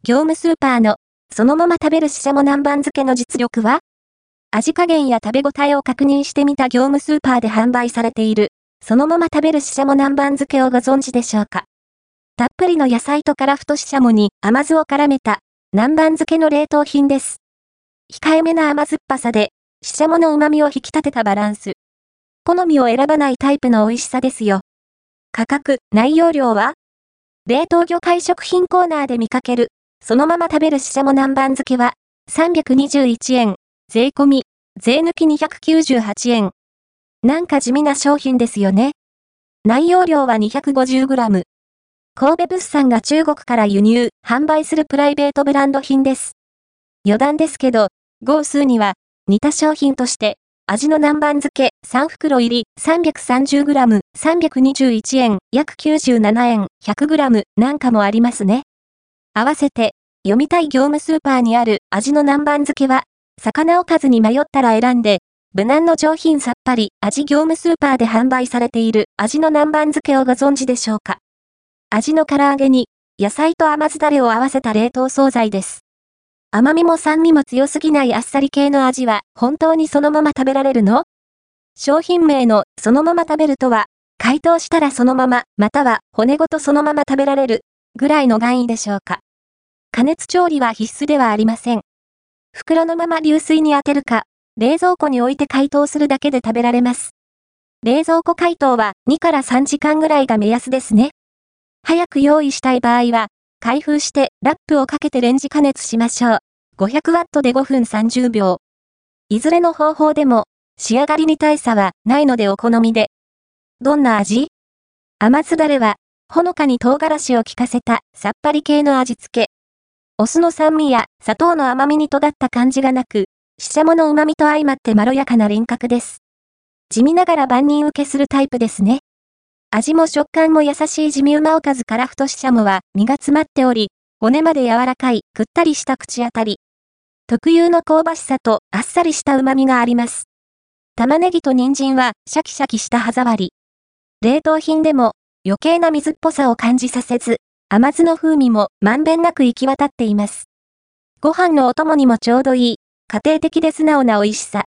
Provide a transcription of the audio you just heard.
業務スーパーのそのまま食べるししゃも南蛮漬けの実力は？味加減や食べ応えを確認してみた業務スーパーで販売されているそのまま食べるししゃも南蛮漬けをご存知でしょうか？たっぷりの野菜とからふとししゃもに甘酢を絡めた南蛮漬けの冷凍品です。控えめな甘酸っぱさでししゃもの旨味を引き立てたバランス。好みを選ばないタイプの美味しさですよ。価格、内容量は？冷凍魚介食品コーナーで見かけるそのまま食べるししゃも南蛮漬けは321円、税込み、税抜き298円。なんか地味な商品ですよね。内容量は 250g。神戸物産が中国から輸入、販売するプライベートブランド品です。余談ですけど、号数には似た商品として、味の南蛮漬け3袋入り 330g、321円、約97円、100g なんかもありますね。合わせて、読みたい業務スーパーにある味の南蛮漬けは、魚おかずに迷ったら選んで、無難の上品さっぱり味業務スーパーで販売されている味の南蛮漬けをご存知でしょうか？味の唐揚げに野菜と甘酢だれを合わせた冷凍惣菜です。甘みも酸味も強すぎないあっさり系の味は本当にそのまま食べられるの？商品名のそのまま食べるとは、解凍したらそのまままたは骨ごとそのまま食べられるぐらいの含意でしょうか？加熱調理は必須ではありません。袋のまま流水に当てるか、冷蔵庫に置いて解凍するだけで食べられます。冷蔵庫解凍は2から3時間ぐらいが目安ですね。早く用意したい場合は、開封してラップをかけてレンジ加熱しましょう。500ワットで5分30秒。いずれの方法でも、仕上がりに大差はないのでお好みで。どんな味？甘酢だれは、ほのかに唐辛子を効かせたさっぱり系の味付け。お酢の酸味や砂糖の甘みに尖った感じがなく、ししゃもの旨味と相まってまろやかな輪郭です。地味ながら万人受けするタイプですね。味も食感も優しい地味うまおかずからふとししゃもは身が詰まっており、骨まで柔らかいくったりした口当たり。特有の香ばしさとあっさりした旨味があります。玉ねぎと人参はシャキシャキした歯触り。冷凍品でも余計な水っぽさを感じさせず、甘酢の風味もまんべんなく行き渡っています。ご飯のお供にもちょうどいい、家庭的で素直な美味しさ。